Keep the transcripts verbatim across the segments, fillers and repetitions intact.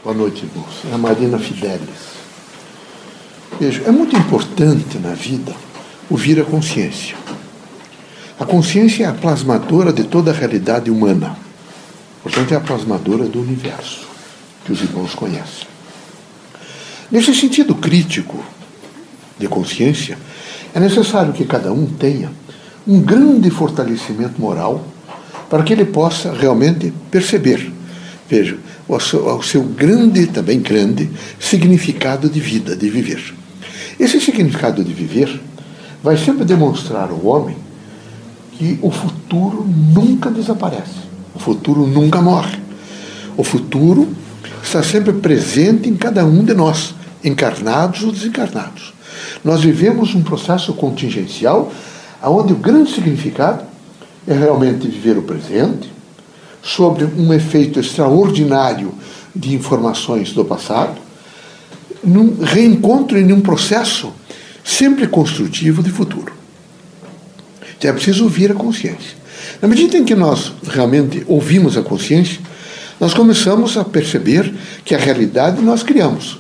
Boa noite, irmãos. É a Marina Fidelis. Veja, é muito importante na vida ouvir a consciência. A consciência é a plasmadora de toda a realidade humana. Portanto, é a plasmadora do universo, que os irmãos conhecem. Nesse sentido crítico de consciência, é necessário que cada um tenha um grande fortalecimento moral para que ele possa realmente perceber, veja, o seu, o seu grande, também grande, significado de vida, de viver. Esse significado de viver vai sempre demonstrar ao homem que o futuro nunca desaparece, o futuro nunca morre. O futuro está sempre presente em cada um de nós, encarnados ou desencarnados. Nós vivemos um processo contingencial onde o grande significado é realmente viver o presente, sobre um efeito extraordinário de informações do passado, num reencontro e num processo sempre construtivo de futuro. Então é preciso ouvir a consciência. Na medida em que nós realmente ouvimos a consciência, nós começamos a perceber que a realidade nós criamos.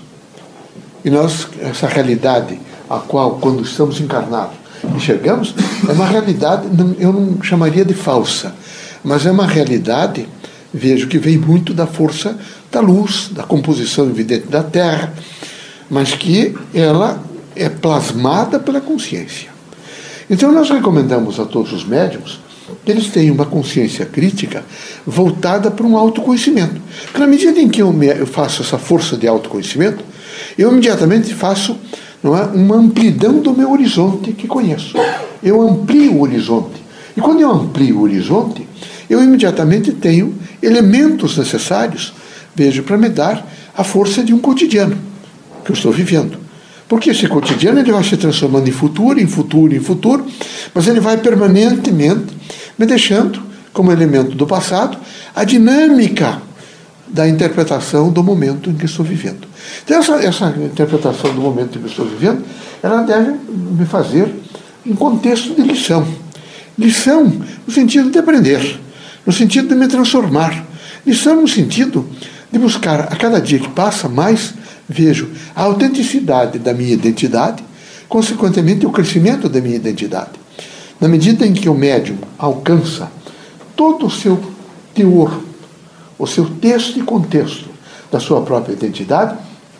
E nós, essa realidade a qual, quando estamos encarnados, enxergamos, é uma realidade, eu não chamaria de falsa, mas é uma realidade, vejo, que vem muito da força da luz, da composição evidente da Terra, mas que ela é plasmada pela consciência. Então nós recomendamos a todos os médiuns que eles tenham uma consciência crítica voltada para um autoconhecimento. Porque na medida em que eu, me, eu faço essa força de autoconhecimento, eu imediatamente faço, não é, uma amplidão do meu horizonte que conheço. Eu amplio o horizonte. E quando eu amplio o horizonte, eu imediatamente tenho elementos necessários, vejo, para me dar a força de um cotidiano que eu estou vivendo. Porque esse cotidiano ele vai se transformando em futuro, em futuro, em futuro, mas ele vai permanentemente me deixando, como elemento do passado, a dinâmica da interpretação do momento em que estou vivendo. Então, essa, essa interpretação do momento em que estou vivendo, ela deve me fazer em contexto de lição. Lição no sentido de aprender, no sentido de me transformar. Lição no sentido de buscar, a cada dia que passa, mais, vejo, a autenticidade da minha identidade, consequentemente o crescimento da minha identidade. Na medida em que o médium alcança todo o seu teor, o seu texto e contexto da sua própria identidade,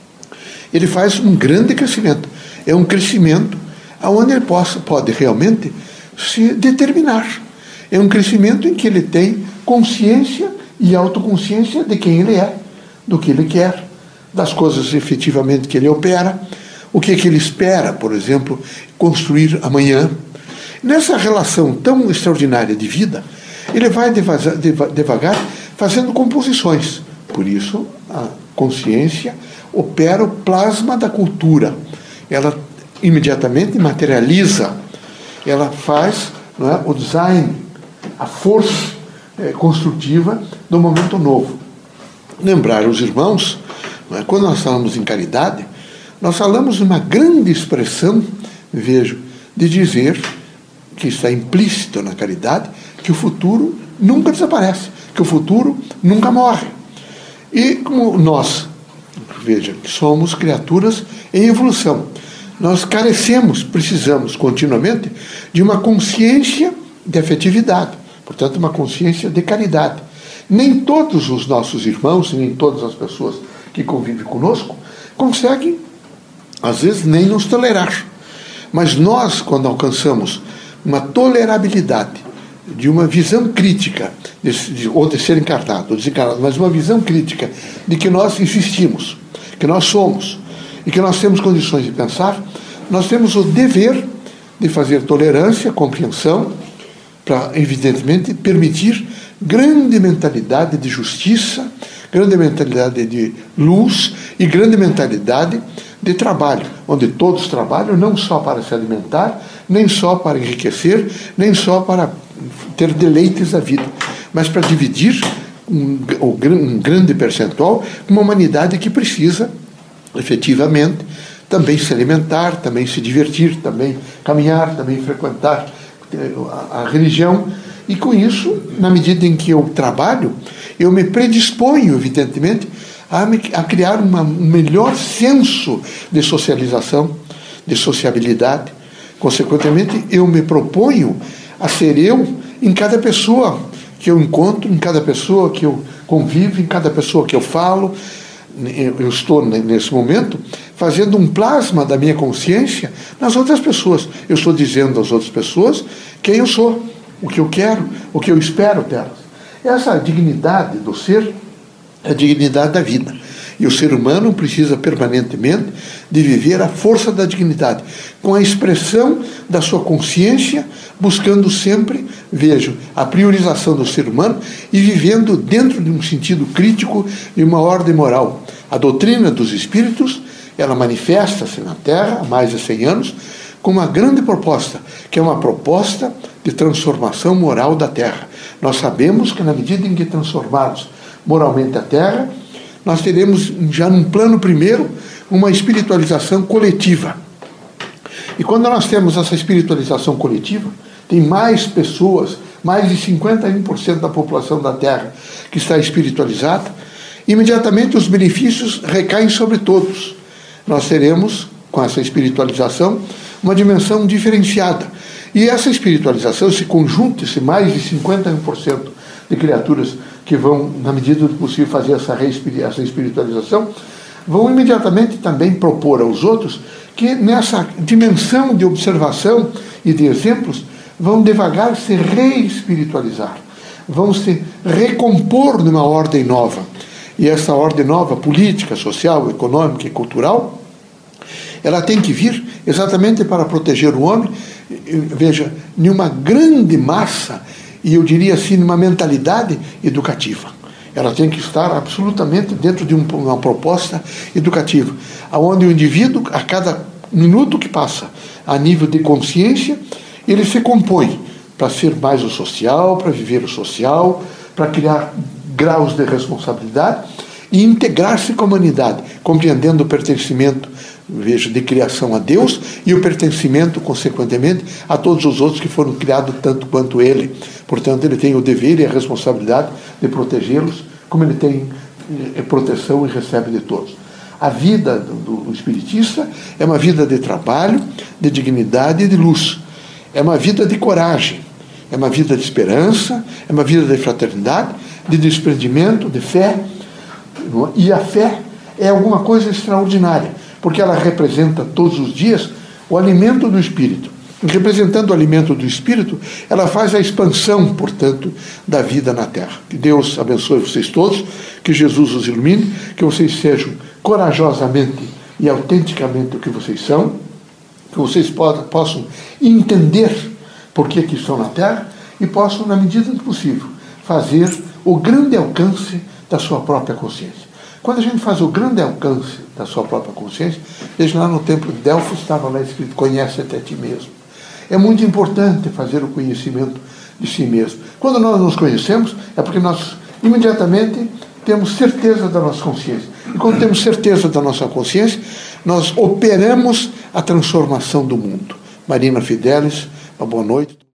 ele faz um grande crescimento. É um crescimento onde ele possa, pode realmente se determinar. É um crescimento em que ele tem consciência e autoconsciência de quem ele é, do que ele quer, das coisas efetivamente que ele opera, o que, que ele espera, por exemplo, construir amanhã. Nessa relação tão extraordinária de vida, ele vai devagar, devagar fazendo composições. Por isso, a consciência opera o plasma da cultura. Ela imediatamente materializa, ela faz, não é, o design, a força é, construtiva do momento novo. Lembrar os irmãos, não é, quando nós falamos em caridade, nós falamos uma grande expressão, vejo, de dizer que está implícito na caridade, que o futuro nunca desaparece, que o futuro nunca morre. E como nós, veja, somos criaturas em evolução, nós carecemos, precisamos continuamente de uma consciência de afetividade, portanto uma consciência de caridade. Nem todos os nossos irmãos, nem todas as pessoas que convivem conosco conseguem, às vezes, nem nos tolerar. Mas nós, quando alcançamos uma tolerabilidade de uma visão crítica, de, de, ou de ser encarnado, ou desencarnado, mas uma visão crítica de que nós existimos, que nós somos, e que nós temos condições de pensar, nós temos o dever de fazer tolerância, compreensão, para, evidentemente, permitir grande mentalidade de justiça, grande mentalidade de luz e grande mentalidade de trabalho, onde todos trabalham não só para se alimentar, nem só para enriquecer, nem só para ter deleites da vida, mas para dividir um, um grande percentual com uma humanidade que precisa, efetivamente, também se alimentar, também se divertir, também caminhar, também frequentar a, a religião. E com isso, na medida em que eu trabalho, eu me predisponho, evidentemente, a, me, a criar uma, um melhor senso de socialização, de sociabilidade. Consequentemente, eu me proponho a ser eu em cada pessoa que eu encontro, em cada pessoa que eu convivo, em cada pessoa que eu falo. Eu estou, nesse momento, fazendo um plasma da minha consciência nas outras pessoas. Eu estou dizendo às outras pessoas quem eu sou, o que eu quero, o que eu espero delas. Essa dignidade do ser é a dignidade da vida. E o ser humano precisa permanentemente de viver a força da dignidade, com a expressão da sua consciência, buscando sempre, vejo, a priorização do ser humano e vivendo dentro de um sentido crítico de uma ordem moral. A doutrina dos espíritos, ela manifesta-se na Terra há mais de cem anos, com uma grande proposta, que é uma proposta de transformação moral da Terra. Nós sabemos que na medida em que transformarmos moralmente a Terra, nós teremos já num plano primeiro uma espiritualização coletiva. E quando nós temos essa espiritualização coletiva, tem mais pessoas, mais de cinquenta e um por cento da população da Terra que está espiritualizada, imediatamente os benefícios recaem sobre todos. Nós teremos, com essa espiritualização, uma dimensão diferenciada. E essa espiritualização, esse conjunto, esse mais de cinquenta e um por cento de criaturas que vão, na medida do possível, fazer essa, essa espiritualização, vão imediatamente também propor aos outros que nessa dimensão de observação e de exemplos vão devagar se reespiritualizar, vão se recompor numa ordem nova. E essa ordem nova, política, social, econômica e cultural, ela tem que vir exatamente para proteger o homem, veja, em uma grande massa, e eu diria assim, numa mentalidade educativa. Ela tem que estar absolutamente dentro de um, uma proposta educativa, onde o indivíduo, a cada minuto que passa, a nível de consciência, ele se compõe para ser mais o social, para viver o social, para criar graus de responsabilidade e integrar-se com a humanidade, compreendendo o pertencimento, veja, de criação a Deus e o pertencimento, consequentemente, a todos os outros que foram criados tanto quanto ele. Portanto, ele tem o dever e a responsabilidade de protegê-los, como ele tem proteção e recebe de todos. A vida do, do espiritista é uma vida de trabalho, de dignidade e de luz. É uma vida de coragem, é uma vida de esperança, é uma vida de fraternidade, de desprendimento, de fé. E a fé é alguma coisa extraordinária, porque ela representa todos os dias o alimento do espírito. E representando o alimento do espírito, ela faz a expansão, portanto, da vida na Terra. Que Deus abençoe vocês todos, que Jesus os ilumine, que vocês sejam corajosamente e autenticamente o que vocês são, que vocês possam entender por que que estão na Terra e possam, na medida do possível, fazer o grande alcance da sua própria consciência. Quando a gente faz o grande alcance da sua própria consciência, veja lá no templo de Delfos, estava lá escrito, conhece-te a ti mesmo. É muito importante fazer o conhecimento de si mesmo. Quando nós nos conhecemos, é porque nós imediatamente temos certeza da nossa consciência. E quando temos certeza da nossa consciência, nós operamos a transformação do mundo. Marina Fidelis, uma boa noite.